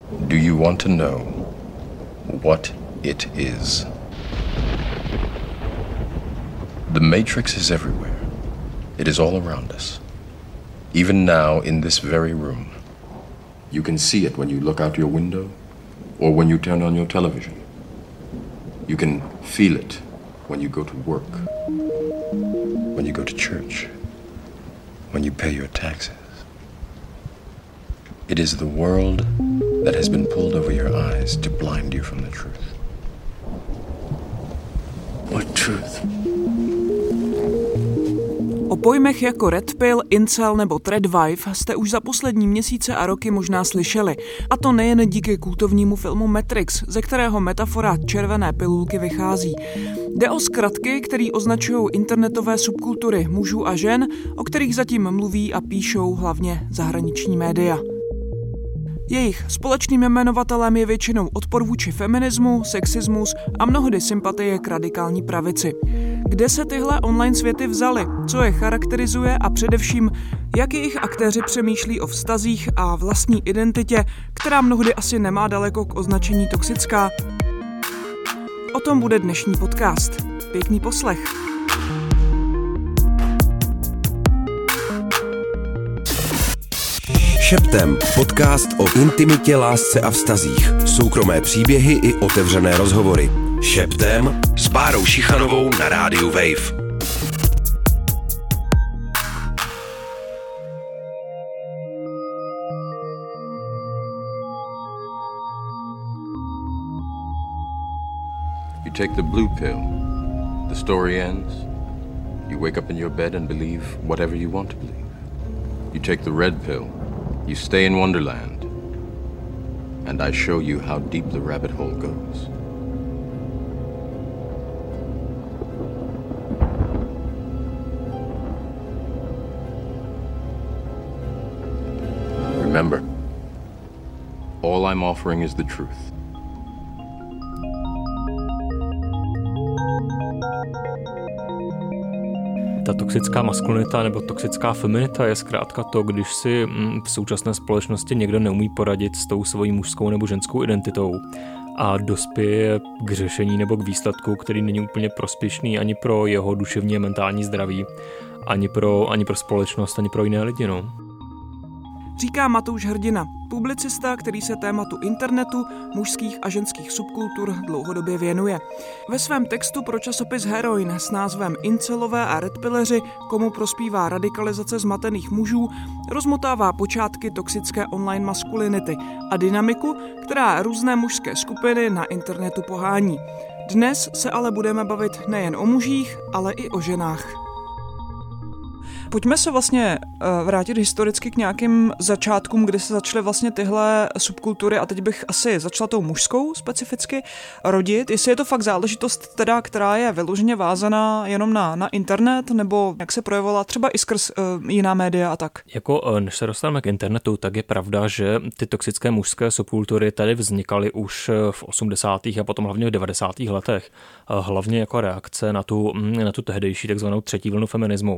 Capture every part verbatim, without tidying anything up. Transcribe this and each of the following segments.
Do you want to know what it is? The Matrix is everywhere. It is all around us. Even now, in this very room. You can see it when you look out your window or when you turn on your television. You can feel it when you go to work, when you go to church, when you pay your taxes. It is the world that has been pulled over your eyes to blind you from the truth. What truth? O pojmech jako Red Pill, Incel nebo Threadwife jste už za poslední měsíce a roky možná slyšeli. A to nejen díky kultovnímu filmu Matrix, ze kterého metafora červené pilulky vychází. Jde o zkratky, které označují internetové subkultury mužů a žen, o kterých zatím mluví a píšou hlavně zahraniční média. Jejich společným jmenovatelem je většinou odpor vůči feminismu, sexismus a mnohdy sympatie k radikální pravici. Kde se tyhle online světy vzaly, co je charakterizuje a především, jak jejich aktéři přemýšlí o vztazích a vlastní identitě, která mnohdy asi nemá daleko k označení toxická? O tom bude dnešní podcast. Pěkný poslech. Šeptem, podcast o intimitě, lásce a vztazích. Soukromé příběhy i otevřené rozhovory. Šeptem s Bárou Šichanovou na rádiu Wave. You take the blue pill. The story ends. You wake up in your bed and believe whatever you want to believe. You take the red pill. You stay in Wonderland, and I show you how deep the rabbit hole goes. Remember, all I'm offering is the truth. Ta toxická maskulinita nebo toxická feminita je zkrátka to, když si v současné společnosti někdo neumí poradit s tou svojí mužskou nebo ženskou identitou a dospěje k řešení nebo k výsledku, který není úplně prospěšný ani pro jeho duševní a mentální zdraví, ani pro, ani pro společnost, ani pro jiné lidi. No. Říká Matouš Hrdina, publicista, který se tématu internetu, mužských a ženských subkultur dlouhodobě věnuje. Ve svém textu pro časopis Heroin s názvem Incelové a redpilleři, komu prospívá radikalizace zmatených mužů, rozmotává počátky toxické online maskulinity a dynamiku, která různé mužské skupiny na internetu pohání. Dnes se ale budeme bavit nejen o mužích, ale i o ženách. Pojďme se vlastně vrátit historicky k nějakým začátkům, kdy se začaly vlastně tyhle subkultury, a teď bych asi začala tou mužskou specificky, rodit. Jestli je to fakt záležitost teda, která je vyloženě vázaná jenom na, na internet, nebo jak se projevovala třeba i skrz uh, jiná média a tak? Jako než se dostaneme k internetu, tak je pravda, že ty toxické mužské subkultury tady vznikaly už v osmdesátých a potom hlavně v devadesátých letech. Hlavně jako reakce na tu, na tu tehdejší takzvanou třetí vlnu feminismu.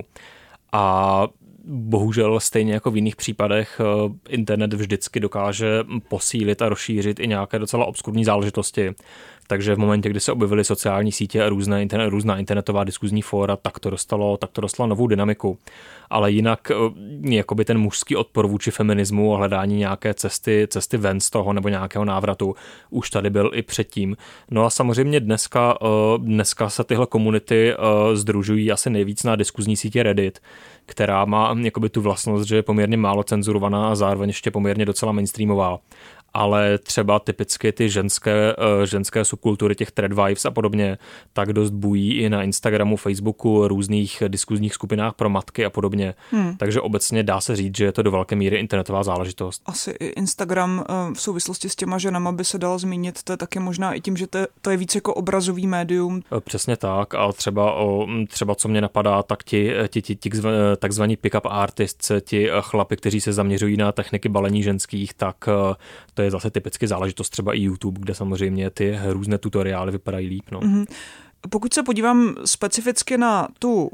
A bohužel stejně jako v jiných případech internet vždycky dokáže posílit a rozšířit i nějaké docela obskurní záležitosti. Takže v momentě, kdy se objevily sociální sítě a různé internet, různá internetová diskuzní fóra, tak to dostalo, tak to dostalo novou dynamiku. Ale jinak jakoby ten mužský odpor vůči feminismu a hledání nějaké cesty, cesty ven z toho nebo nějakého návratu už tady byl i předtím. No a samozřejmě dneska, dneska se tyhle komunity sdružují asi nejvíc na diskuzní sítě Reddit, která má jakoby tu vlastnost, že je poměrně málo cenzurovaná a zároveň ještě poměrně docela mainstreamová. Ale třeba typicky ty ženské, ženské subkultury těch threadwives a podobně, tak dost bují i na Instagramu, Facebooku, různých diskuzních skupinách pro matky a podobně. Hmm. Takže obecně dá se říct, že je to do velké míry internetová záležitost. Asi i Instagram v souvislosti s těma ženama by se dalo zmínit, to je taky možná i tím, že to, to je víc jako obrazový médium. Přesně tak, a třeba, o, třeba co mě napadá, tak ti, ti, ti, ti takzvaní pick-up artists, ti chlapi, kteří se zaměřují na techniky balení ženských, tak to je zase typicky záležitost třeba i YouTube, kde samozřejmě ty různé tutoriály vypadají líp. No. Mm-hmm. Pokud se podívám specificky na tu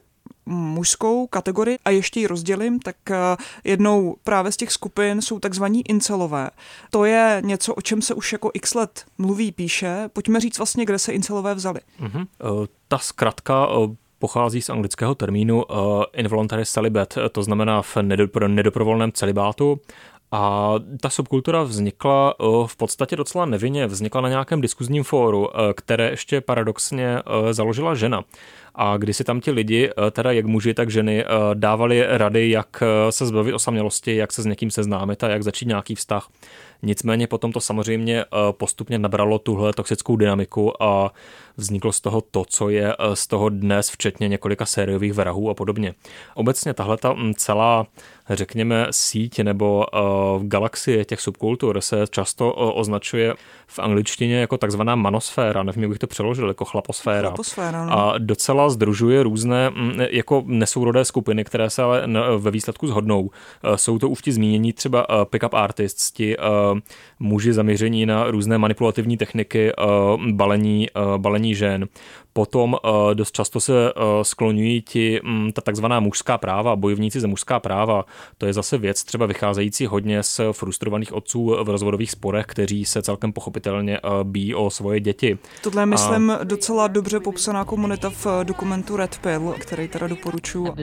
mužskou kategorii a ještě ji rozdělím, tak jednou právě z těch skupin jsou takzvaní incelové. To je něco, o čem se už jako x let mluví, píše. Pojďme říct vlastně, kde se incelové vzali. Mm-hmm. Ta zkratka pochází z anglického termínu uh, involuntary celibate, to znamená v nedopro, nedoprovolném celibátu. A ta subkultura vznikla uh, v podstatě docela nevinně, vznikla na nějakém diskuzním fóru, uh, které ještě paradoxně uh, založila žena. A když si tam ti lidi, teda jak muži, tak ženy, dávali rady, jak se zbavit osamělosti, jak se s někým seznámit a jak začít nějaký vztah. Nicméně potom to samozřejmě postupně nabralo tuhle toxickou dynamiku a vzniklo z toho to, co je z toho dnes, včetně několika sériových vrahů a podobně. Obecně tahle ta celá, řekněme, síť nebo uh, galaxie těch subkultur se často uh, označuje v angličtině jako takzvaná manosféra, nevím, jak bych to přeložil, jako chlaposféra. Chlaposféra, no. A docela sdružuje různé m, jako nesourodé skupiny, které se ale n, ve výsledku shodnou. Uh, jsou to už ti zmínění třeba uh, pick-up artists, ti uh, muži zaměření na různé manipulativní techniky uh, balení, uh, balení žen. Potom uh, dost často se uh, skloňují ti um, ta takzvaná mužská práva, bojovníci za mužská práva. To je zase věc třeba vycházející hodně z frustrovaných otců v rozvodových sporech, kteří se celkem pochopitelně uh, bíjí o svoje děti. Tohle je, myslím, A... docela dobře popsaná komunita v dokumentu Red Pill, který teda doporučuji.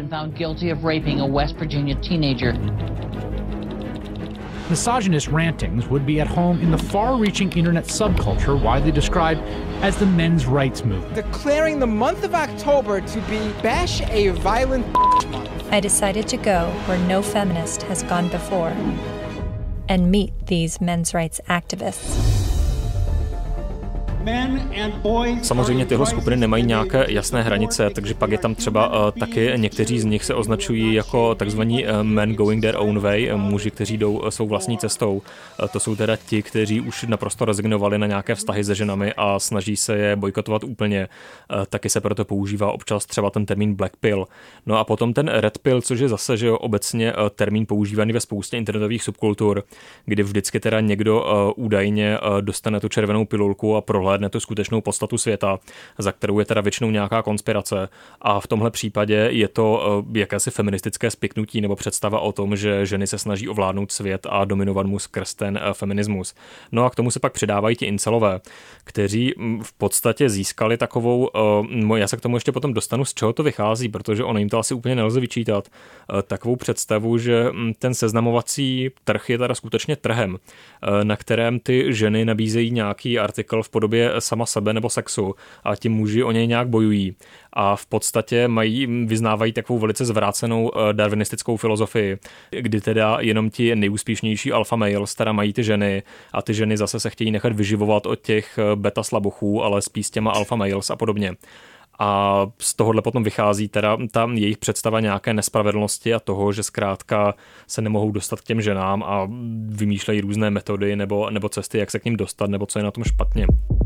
Misogynist rantings would be at home in the far-reaching internet subculture widely described as the men's rights movement. Declaring the month of October to be Bash a Violent Month. I decided to go where no feminist has gone before and meet these men's rights activists. Samozřejmě tyhle skupiny nemají nějaké jasné hranice, takže pak je tam třeba uh, taky někteří z nich se označují jako takzvaní uh, men going their own way, muži, kteří jdou uh, svou vlastní cestou. Uh, to jsou teda ti, kteří už naprosto rezignovali na nějaké vztahy se ženami a snaží se je bojkotovat úplně. Uh, taky se proto používá občas třeba ten termín black pill. No a potom ten red pill, což je zase, že jo, obecně uh, termín používaný ve spoustě internetových subkultur, kdy vždycky teda někdo uh, údajně uh, dostane tu červenou pilulku a prohlédne tu skutečnou podstatu světa, za kterou je teda většinou nějaká konspirace. A v tomhle případě je to uh, jakési feministické spiknutí nebo představa o tom, že ženy se snaží ovládnout svět a dominovat mu skrz ten uh, feminismus. No a k tomu se pak přidávají ti incelové, kteří um, v podstatě získali takovou, uh, já se k tomu ještě potom dostanu, z čeho to vychází, protože ono jim to asi úplně nelze vyčítat, uh, takovou představu, že um, ten seznamovací trh je teda skutečně trhem, uh, na kterém ty ženy nabízejí nějaký artikl v podobě sama sebe nebo sexu a ti muži o něj nějak bojují a v podstatě mají, vyznávají takovou velice zvrácenou darwinistickou filozofii, kdy teda jenom ti nejúspěšnější alpha males teda mají ty ženy a ty ženy zase se chtějí nechat vyživovat od těch beta slabochů, ale spíš těma alpha males a podobně. A z tohohle potom vychází teda ta jejich představa nějaké nespravedlnosti a toho, že zkrátka se nemohou dostat k těm ženám a vymýšlejí různé metody nebo, nebo cesty, jak se k ním dostat, nebo co je na tom špatně.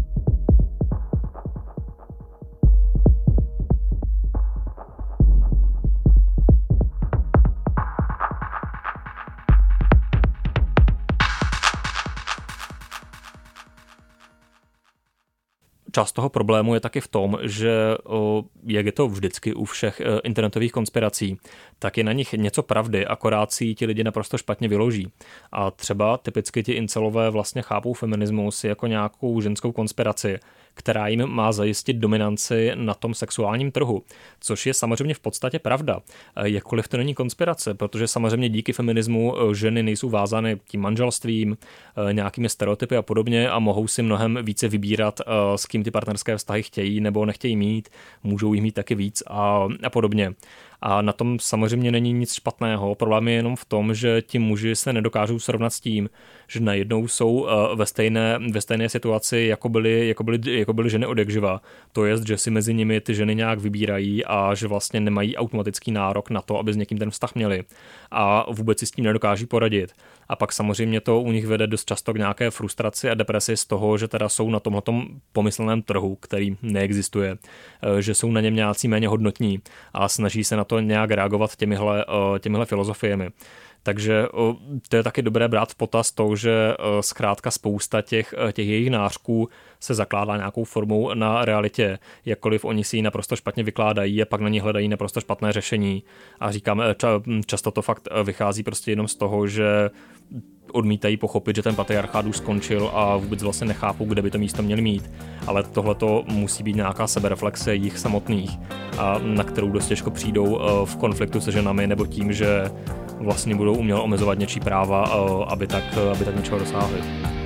Část toho problému je taky v tom, že jak je to vždycky u všech internetových konspirací, tak je na nich něco pravdy, akorát si ti lidi naprosto špatně vyloží. A třeba typicky ti incelové vlastně chápou feminismus jako nějakou ženskou konspiraci, která jim má zajistit dominanci na tom sexuálním trhu, což je samozřejmě v podstatě pravda. Jakkoliv to není konspirace, protože samozřejmě díky feminismu ženy nejsou vázány tím manželstvím, nějakými stereotypy a podobně a mohou si mnohem více vybírat, s kým ty partnerské vztahy chtějí nebo nechtějí mít, můžou jich mít taky víc a, a podobně. A na tom samozřejmě není nic špatného. Problém je jenom v tom, že ti muži se nedokážou srovnat s tím, že najednou jsou ve stejné, ve stejné situaci, jako byly, jako byly, jako byly ženy odjakživa. To jest, že si mezi nimi ty ženy nějak vybírají a že vlastně nemají automatický nárok na to, aby s někým ten vztah měli. A vůbec si s tím nedokáží poradit. A pak samozřejmě to u nich vede dost často k nějaké frustraci a depresi z toho, že teda jsou na tomhletom pomyslném trhu, který neexistuje, že jsou na něm nějací méně hodnotní a snaží se na to nějak reagovat těmihle, těmihle filozofiemi. Takže to je taky dobré brát v potaz to, že zkrátka spousta těch, těch jejich nářků se zakládá nějakou formou na realitě, jakkoliv oni si ji naprosto špatně vykládají a pak na ní hledají naprosto špatné řešení. A říkám, často to fakt vychází prostě jenom z toho, že odmítají pochopit, že ten patriarchát už skončil a vůbec vlastně nechápou, kde by to místo měli mít. Ale tohleto musí být nějaká sebereflexe jich samotných, a na kterou dost těžko přijdou v konfliktu se ženami nebo tím, že vlastně budou uměle omezovat něčí práva, aby tak, aby tak něčeho dosáhli.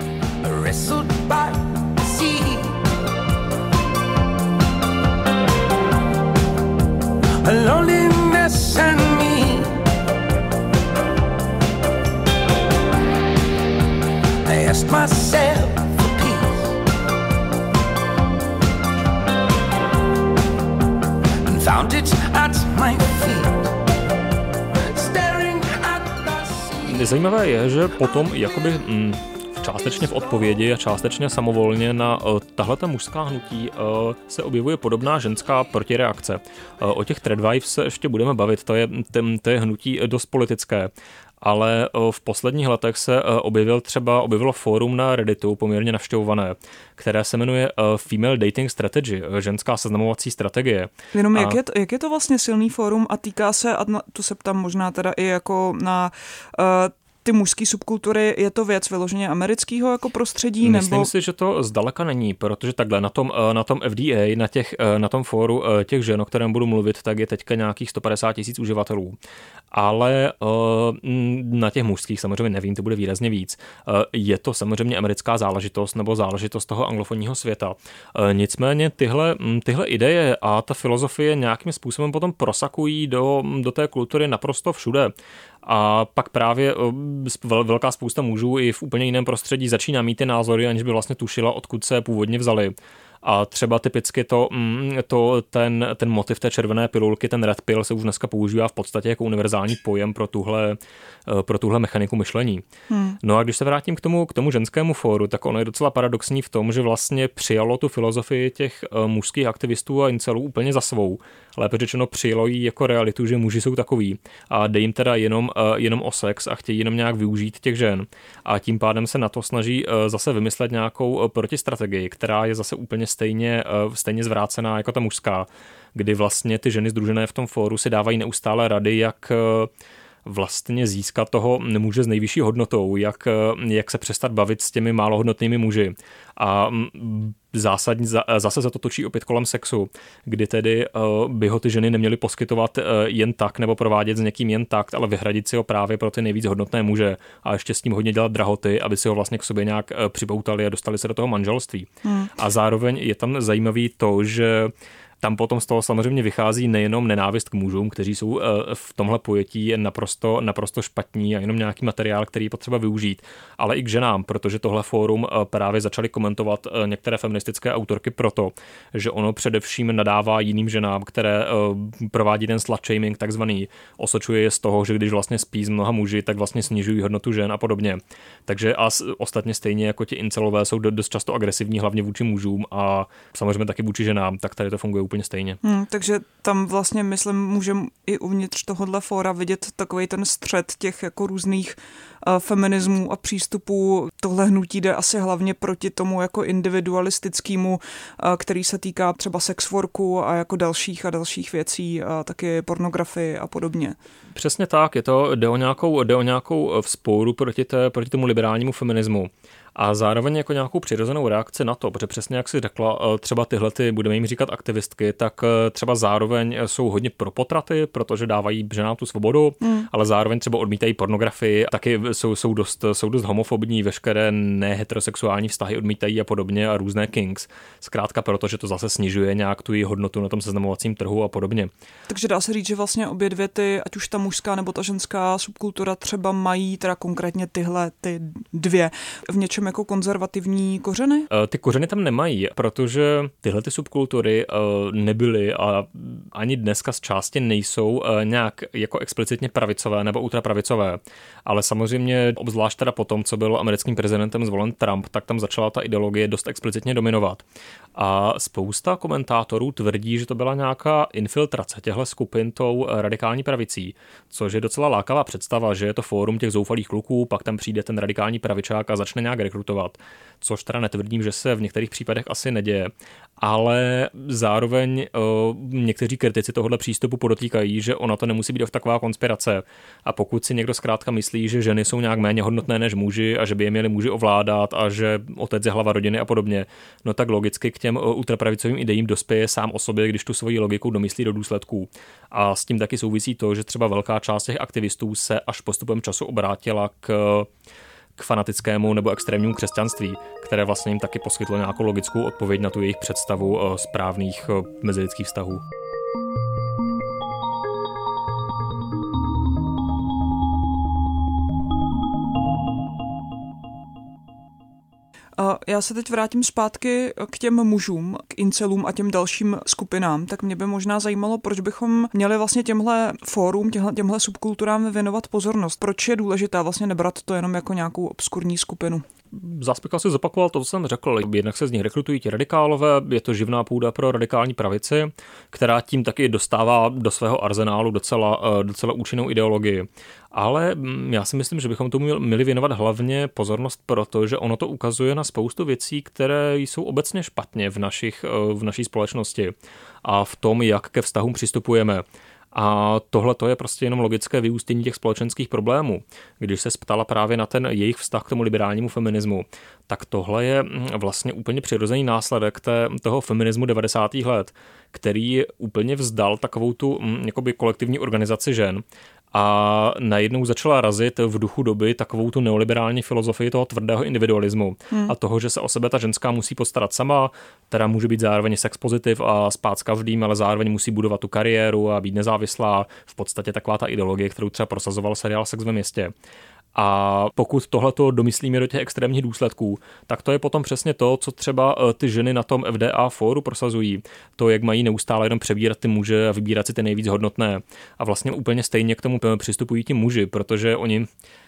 I asked myself for peace and found it at my feet, staring at the sea. Zajímavé je, že potom jakoby mm, částečně v odpovědi a částečně samovolně na uh, tahleta mužská hnutí uh, se objevuje podobná ženská protireakce. Uh, o těch Tradwives se ještě budeme bavit, to je, ten, to je hnutí dost politické. Ale v posledních letech se objevil třeba objevilo fórum na Redditu, poměrně navštěvované, které se jmenuje Female Dating Strategy, ženská seznamovací strategie. Jenom a... jak, je to, jak je to vlastně silný fórum a týká se, a na, tu se ptám možná teda i jako na uh, ty mužské subkultury, je to věc vyloženě amerického jako prostředí? Myslím nebo... si, že to zdaleka není, protože takhle na tom, na tom F D A, na, těch, na tom fóru těch žen, o kterém budu mluvit, tak je teďka nějakých sto padesát tisíc uživatelů. Ale na těch mužských samozřejmě nevím, to bude výrazně víc. Je to samozřejmě americká záležitost nebo záležitost toho anglofonního světa. Nicméně tyhle, tyhle ideje a ta filozofie nějakým způsobem potom prosakují do, do té kultury naprosto všude. A pak právě velká spousta mužů i v úplně jiném prostředí začíná mít ty názory, aniž by vlastně tušila, odkud se původně vzali. A třeba typicky to, to ten, ten motiv té červené pilulky, ten red pill, se už dneska používá v podstatě jako univerzální pojem pro tuhle, pro tuhle mechaniku myšlení. Hmm. No a když se vrátím k tomu, k tomu ženskému fóru, tak ono je docela paradoxní v tom, že vlastně přijalo tu filozofii těch mužských aktivistů a incelů úplně za svou. Lépe řečeno přijalo jí jako realitu, že muži jsou takový a dej jim teda jenom, jenom o sex a chtějí jenom nějak využít těch žen. A tím pádem se na to snaží zase vymyslet nějakou protistrategii, která je zase úplně stejně, stejně zvrácená jako ta mužská, kdy vlastně ty ženy sdružené v tom fóru si dávají neustále rady, jak vlastně získat toho muže s nejvyšší hodnotou, jak, jak se přestat bavit s těmi málohodnotnými muži. A zásadní, zase se to točí opět kolem sexu, kdy tedy by ho ty ženy neměly poskytovat jen tak nebo provádět s někým jen tak, ale vyhradit si ho právě pro ty nejvíc hodnotné muže a ještě s tím hodně dělat drahoty, aby si ho vlastně k sobě nějak připoutali a dostali se do toho manželství. Hmm. A zároveň je tam zajímavý to, že tam potom z toho samozřejmě vychází nejenom nenávist k mužům, kteří jsou v tomhle pojetí naprosto, naprosto špatní a jenom nějaký materiál, který je potřeba využít, ale i k ženám, protože tohle fórum právě začaly komentovat některé feministické autorky proto, že ono především nadává jiným ženám, které provádí ten slut shaming takzvaný, osočuje je z toho, že když vlastně spí s mnoha muži, tak vlastně snižují hodnotu žen a podobně. Takže a ostatně stejně jako ti incelové jsou dost často agresivní, hlavně vůči mužům a samozřejmě taky vůči ženám, tak tady to funguje úplně stejně. Hmm, takže tam vlastně, myslím, můžeme i uvnitř tohohle fóra vidět takový ten střed těch jako různých uh, feminismů a přístupů. Tohle hnutí jde asi hlavně proti tomu jako individualistickému, uh, který se týká třeba sex worku a jako dalších a dalších věcí, a taky pornografii a podobně. Přesně tak, je to, jde o nějakou, jde o nějakou vzpouru proti, té, proti tomu liberálnímu feminismu. A zároveň jako nějakou přirozenou reakci na to, protože přesně jak jsi řekla, třeba tyhle, ty, budeme jim říkat aktivistky, tak třeba zároveň jsou hodně pro potraty, protože dávají ženám tu svobodu, mm. ale zároveň třeba odmítají pornografii, taky jsou, jsou, dost, jsou dost homofobní, veškeré neheterosexuální vztahy odmítají a podobně a různé kinks. Zkrátka proto, že to zase snižuje nějak tu její hodnotu na tom seznamovacím trhu a podobně. Takže dá se říct, že vlastně obě dvě ty, ať už ta mužská nebo ta ženská subkultura třeba mají teda konkrétně tyhle ty dvě v něčem jako konzervativní kořeny? Ty kořeny tam nemají, protože tyhle ty subkultury nebyly a ani dneska z části nejsou nějak jako explicitně pravicové nebo ultrapravicové. Ale samozřejmě, obzvlášť teda po tom, co byl americkým prezidentem zvolen Trump, tak tam začala ta ideologie dost explicitně dominovat. A spousta komentátorů tvrdí, že to byla nějaká infiltrace těchto skupin tou radikální pravicí, což je docela lákavá představa, že je to fórum těch zoufalých kluků, pak tam přijde ten radikální pravičák a začne nějak rekrutovat, což teda netvrdím, že se v některých případech asi neděje, ale zároveň uh, někteří kritici tohoto přístupu podotýkají, že ona to nemusí být taková konspirace a pokud si někdo zkrátka myslí, že ženy jsou nějak méně hodnotné než muži a že by je měli muži ovládat a že otec je hlava rodiny a podobně, no tak logicky k těm ultrapravicovým ideím dospěje sám o sobě, když tu svoji logiku domyslí do důsledků. A s tím taky souvisí to, že třeba velká část těch aktivistů se až postupem času obrátila k k fanatickému nebo extrémnímu křesťanství, které vlastně jim taky poskytlo nějakou logickou odpověď na tu jejich představu správných mezilidských vztahů. Já se teď vrátím zpátky k těm mužům, k incelům a těm dalším skupinám. Tak mě by možná zajímalo, proč bychom měli vlastně těmhle fórům, těmhle, těmhle subkulturám věnovat pozornost. Proč je důležité vlastně nebrat to jenom jako nějakou obskurní skupinu? Zas bych asi zopakoval to, co jsem řekl. Jednak se z nich rekrutují ti radikálové, je to živná půda pro radikální pravici, která tím taky dostává do svého arzenálu docela, docela účinnou ideologii. Ale já si myslím, že bychom tomu měli věnovat hlavně pozornost, protože ono to ukazuje na spoustu věcí, které jsou obecně špatně v, našich, v naší společnosti a v tom, jak ke vztahům přistupujeme. A tohle to je prostě jenom logické vyústění těch společenských problémů. Když se ptala právě na ten jejich vztah k tomu liberálnímu feminismu, tak tohle je vlastně úplně přirozený následek té, toho feminismu devadesátých let, který úplně vzdal takovou tu jakoby kolektivní organizaci žen a najednou začala razit v duchu doby takovou tu neoliberální filozofii toho tvrdého individualismu hmm. a toho, že se o sebe ta ženská musí postarat sama, teda může být zároveň sex pozitiv a spát s každým, ale zároveň musí budovat tu kariéru a být nezávislá. V podstatě taková ta ideologie, kterou třeba prosazoval seriál Sex ve městě. A pokud tohleto domyslíme do těch extrémních důsledků, tak to je potom přesně to, co třeba ty ženy na tom F D A fóru prosazují. To, jak mají neustále jenom přebírat ty muže a vybírat si ty nejvíc hodnotné. A vlastně úplně stejně k tomu přistupují ti muži, protože oni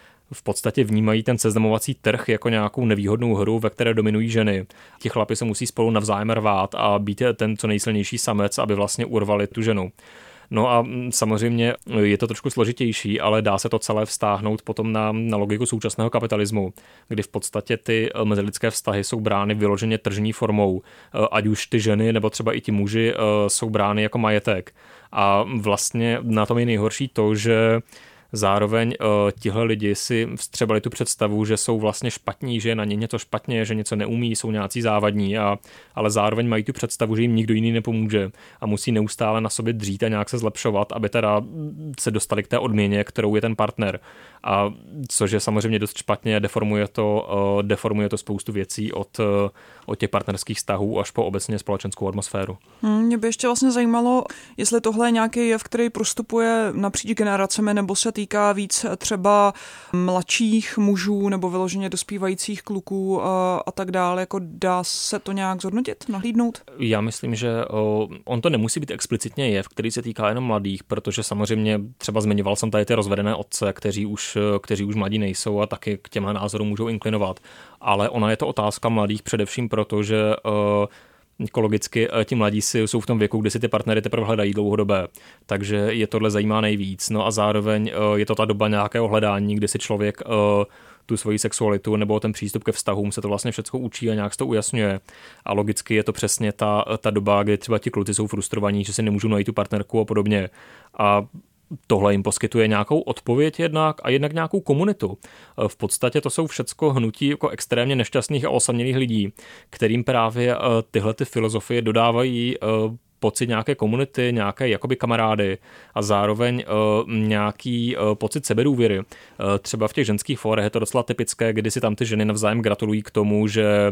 v podstatě vnímají ten seznamovací trh jako nějakou nevýhodnou hru, ve které dominují ženy. Ti chlapi se musí spolu navzájem rvát a být ten co nejsilnější samec, aby vlastně urvali tu ženu. No a samozřejmě je to trošku složitější, ale dá se to celé vztáhnout potom na, na logiku současného kapitalismu, kdy v podstatě ty mezilidské vztahy jsou brány vyloženě tržní formou, ať už ty ženy nebo třeba i ti muži jsou brány jako majetek. A vlastně na tom je nejhorší to, že zároveň uh, tihle lidi si vstřebali tu představu, že jsou vlastně špatní, že je na ně něco špatně, že něco neumí, jsou nějací závadní, a, ale zároveň mají tu představu, že jim nikdo jiný nepomůže a musí neustále na sobě dřít a nějak se zlepšovat, aby teda se dostali k té odměně, kterou je ten partner. A což je samozřejmě dost špatně, deformuje to, uh, deformuje to spoustu věcí od, uh, od těch partnerských vztahů až po obecně společenskou atmosféru. Hmm, mě by ještě vlastně zajímalo, jestli tohle je nějaký jev, který prostupuje napříč generacemi, nebo se týká víc třeba mladších mužů nebo vyloženě dospívajících kluků a, a tak dále. Jako dá se to nějak zhodnotit, nahlídnout? Já myslím, že o, on to nemusí být explicitně jev, který se týká jenom mladých, protože samozřejmě třeba zmiňoval jsem tady ty rozvedené otce, kteří už, kteří už mladí nejsou a taky k těmhle názorům můžou inklinovat. Ale ona je to otázka mladých především proto, že o, ekologicky ti mladí si jsou v tom věku, kdy si ty partnery teprve hledají dlouhodobé. Takže je tohle zajímá nejvíc. No a zároveň je to ta doba nějakého hledání, kdy si člověk tu svoji sexualitu nebo ten přístup ke vztahům se to vlastně všechno učí a nějak se to ujasňuje. A logicky je to přesně ta, ta doba, kdy třeba ti kluci jsou frustrovaní, že si nemůžou najít tu partnerku a podobně. A tohle jim poskytuje nějakou odpověď jednak a jednak nějakou komunitu. V podstatě to jsou všecko hnutí jako extrémně nešťastných a osamělých lidí, kterým právě tyhle ty filozofie dodávají pocit nějaké komunity, nějaké jakoby kamarády a zároveň uh, nějaký uh, pocit sebedůvěry. Uh, třeba v těch ženských fórech je to docela typické, kdy si tam ty ženy navzájem gratulují k tomu, že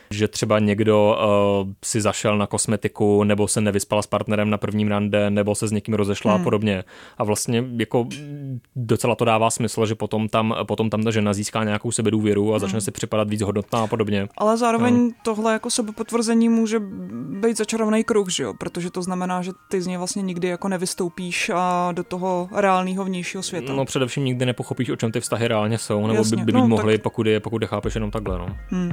že třeba někdo uh, si zašel na kosmetiku, nebo se nevyspal s partnerem na prvním rande, nebo se s někým rozešla hmm. a podobně. A vlastně jako docela to dává smysl, že potom tam, potom tam ta žena získá nějakou sebedůvěru a začne hmm. si připadat víc hodnotná a podobně. Ale zároveň hmm. tohle jako sebepotvrzení může být začarovaný kruh, že jo? Protože to znamená, že ty z něj vlastně nikdy jako nevystoupíš a do toho reálného vnějšího světa. No především nikdy nepochopíš, o čem ty vztahy reálně jsou, nebo Jasně. by, by no, mohly, tak... pokud je, pokud je chápeš jenom takhle. No. Hmm.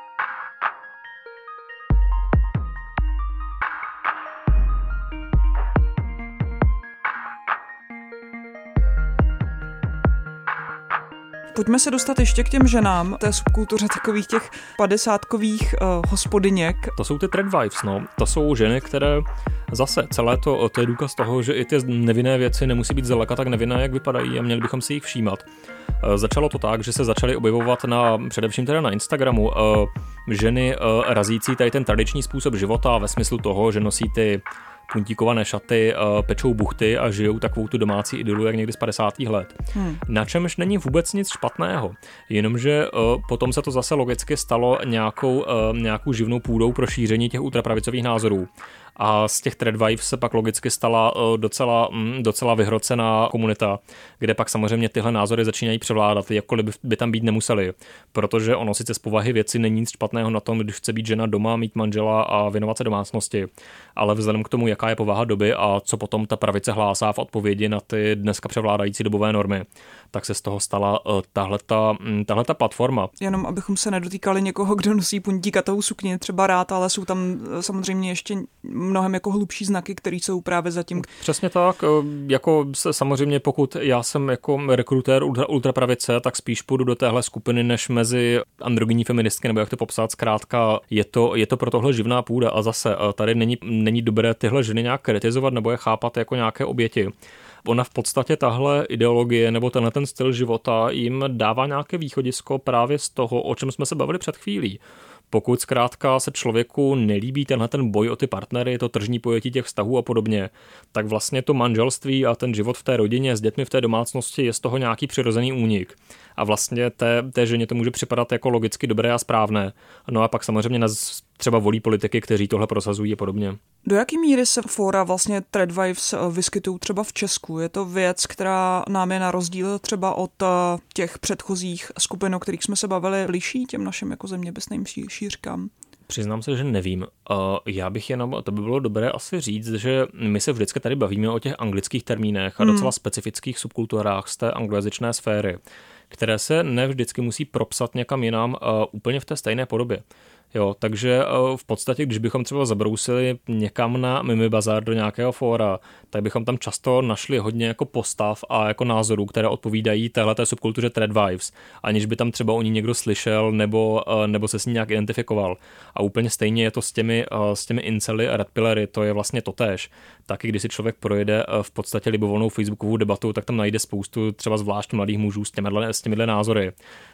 Pojďme se dostat ještě k těm ženám, té subkultuře takových těch padesátkových uh, hospodyněk. To jsou ty tradwives, no. To jsou ženy, které zase celé to, to je důkaz toho, že i ty nevinné věci nemusí být zdaleka tak nevinné, jak vypadají a měli bychom si jich všímat. Uh, začalo to tak, že se začaly objevovat na, především teda na Instagramu, uh, ženy uh, razící tady ten tradiční způsob života ve smyslu toho, že nosí ty puntíkované šaty, pečou buchty a žijou takovou tu domácí idylu, jak někdy z padesátých let. Hmm. Na čemž není vůbec nic špatného, jenomže potom se to zase logicky stalo nějakou, nějakou živnou půdou pro šíření těch ultrapravicových názorů. A z těch tradwives se pak logicky stala docela, docela vyhrocená komunita, kde pak samozřejmě tyhle názory začínají převládat, jakkoliv by tam být nemuseli. Protože ono sice z povahy věci není nic špatného na tom, když chce být žena doma, mít manžela a věnovat se domácnosti. Ale vzhledem k tomu, jaká je povaha doby a co potom ta pravice hlásá v odpovědi na ty dneska převládající dobové normy, tak se z toho stala tahleta, tahleta platforma. Jenom abychom se nedotýkali někoho, kdo nosí puntíkatou sukni, třeba rád, ale jsou tam samozřejmě ještě mnohem jako hlubší znaky, které jsou právě zatím. Přesně tak, jako se samozřejmě pokud já jsem jako rekrutér ultra, ultrapravice, tak spíš půjdu do téhle skupiny, než mezi androgenní feministky, nebo jak to popsat, zkrátka je to, je to pro tohle živná půda a zase tady není, není dobré tyhle ženy nějak kritizovat nebo je chápat jako nějaké oběti. Ona v podstatě tahle ideologie nebo tenhle ten styl života jim dává nějaké východisko právě z toho, o čem jsme se bavili před chvílí. Pokud zkrátka se člověku nelíbí tenhle ten boj o ty partnery, to tržní pojetí těch vztahů a podobně, tak vlastně to manželství a ten život v té rodině s dětmi v té domácnosti je z toho nějaký přirozený únik. A vlastně té, té ženě to může připadat jako logicky dobré a správné. No a pak samozřejmě nás třeba volí politiky, kteří tohle prosazují a podobně. Do jaké míry se fóra vlastně tradwives vyskytují třeba v Česku? Je to věc, která nám je na rozdíl třeba od těch předchozích skupin, o kterých jsme se bavili, liší těm našim jako zeměpisným šířkám? Přiznám se, že nevím. Já bych jenom, to by bylo dobré asi říct, že my se vždycky tady bavíme o těch anglických termínech a docela specifických subkulturách z té anglojazyčné sféry, které se ne vždycky musí propsat někam jinam úplně v té stejné podobě. Jo, takže v podstatě, když bychom třeba zabrousili někam na Mimi Bazar do nějakého fóra, tak bychom tam často našli hodně jako postav a jako názorů, které odpovídají téhleté subkultuře tradwives, aniž by tam třeba o ní někdo slyšel nebo, nebo se s ní nějak identifikoval. A úplně stejně je to s těmi, s těmi incely a redpillery, to je vlastně totéž. Taky když si člověk projede v podstatě libovolnou facebookovou debatu, tak tam najde spoustu třeba zvlášť mladých mužů s těmihle, s těmihle názory,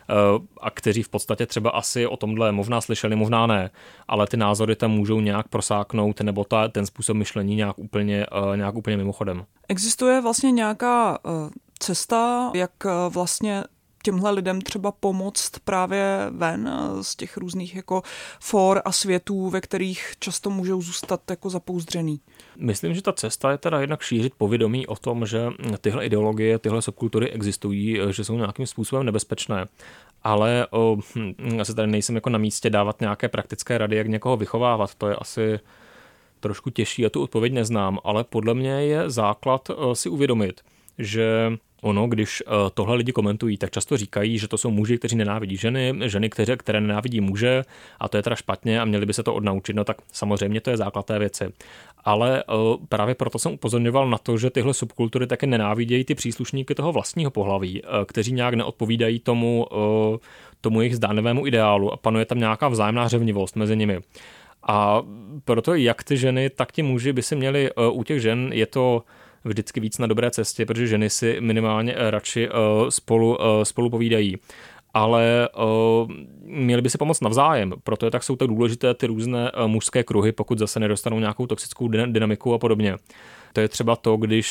a kteří v podstatě třeba asi o tomhle možná slyšeli, možná ne, ale ty názory tam můžou nějak prosáknout nebo ta, ten způsob myšlení nějak úplně, nějak úplně mimochodem. Existuje vlastně nějaká cesta, jak vlastně těmhle lidem třeba pomoct právě ven z těch různých jako for a světů, ve kterých často můžou zůstat jako zapouzdřený? Myslím, že ta cesta je teda jednak šířit povědomí o tom, že tyhle ideologie, tyhle subkultury existují, že jsou nějakým způsobem nebezpečné. Ale o, hm, asi tady nejsem jako na místě dávat nějaké praktické rady, jak někoho vychovávat. To je asi trošku těžší, já tu odpověď neznám, ale podle mě je základ si uvědomit, že ono, když tohle lidi komentují, tak často říkají, že to jsou muži, kteří nenávidí ženy, ženy, které, které nenávidí muže a to je teda špatně a měli by se to odnaučit. No tak samozřejmě to je základ té věci. Ale právě proto jsem upozorňoval na to, že tyhle subkultury také nenávidějí ty příslušníky toho vlastního pohlaví, kteří nějak neodpovídají tomu, tomu jejich zdánlivému ideálu a panuje tam nějaká vzájemná řevnivost mezi nimi. A proto jak ty ženy, tak ti muži by si měli, u těch žen je to vždycky víc na dobré cestě, protože ženy si minimálně radši spolu, spolu povídají. Ale uh, měli by si pomoct navzájem, proto je tak jsou tak důležité ty různé uh, mužské kruhy, pokud zase nedostanou nějakou toxickou dynamiku a podobně. To je třeba to, když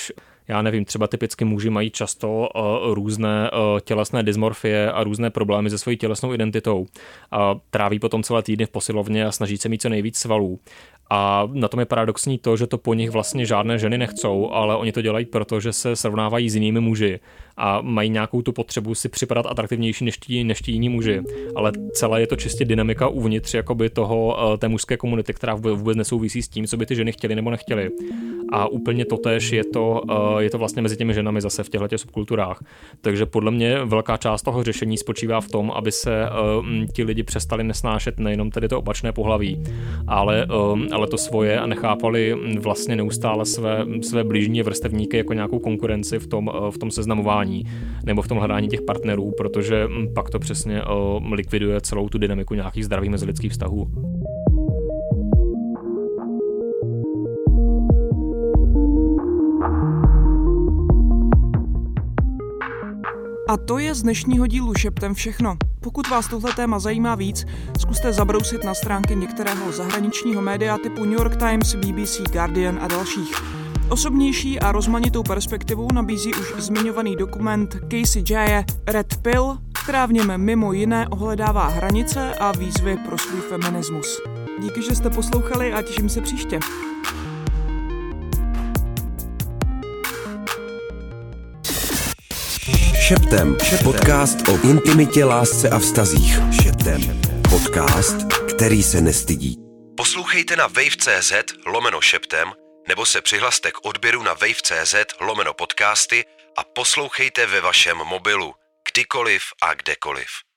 já nevím, třeba typicky muži mají často uh, různé uh, tělesné dysmorfie a různé problémy se svojí tělesnou identitou. A tráví potom celé týdny v posilovně a snaží se mít co nejvíc svalů. A na tom je paradoxní to, že to po nich vlastně žádné ženy nechcou, ale oni to dělají proto, že se srovnávají s jinými muži a mají nějakou tu potřebu si připadat atraktivnější než ti, než ti jiní muži. Ale celé je to čistě dynamika uvnitř jakoby toho, té mužské komunity, která vůbec nesouvisí s tím, co by ty ženy chtěly nebo nechtěly. A úplně totéž je to, je to vlastně mezi těmi ženami zase v těchto subkulturách. Takže podle mě velká část toho řešení spočívá v tom, aby se ti lidi přestali nesnášet nejenom tedy to opačné pohlaví, ale, ale to svoje a nechápali vlastně neustále své, své blížní vrstevníky jako nějakou konkurenci v tom, v tom seznamování nebo v tom hledání těch partnerů, protože pak to přesně likviduje celou tu dynamiku nějakých zdravých mezilidských vztahů. A to je z dnešního dílu Šeptem všechno. Pokud vás tohle téma zajímá víc, zkuste zabrousit na stránky některého zahraničního média typu New York Times, B B C, Guardian a dalších. Osobnější a rozmanitou perspektivu nabízí už zmiňovaný dokument Casey Jaye Red Pill, která v něm mimo jiné ohledává hranice a výzvy pro svůj feminismus. Díky, že jste poslouchali a těším se příště. Šeptem. Podcast o intimitě, lásce a vztazích. Šeptem. Podcast, který se nestydí. Poslouchejte na wave.cz lomeno šeptem nebo se přihlaste k odběru na wave.cz lomeno podcasty a poslouchejte ve vašem mobilu, kdykoliv a kdekoliv.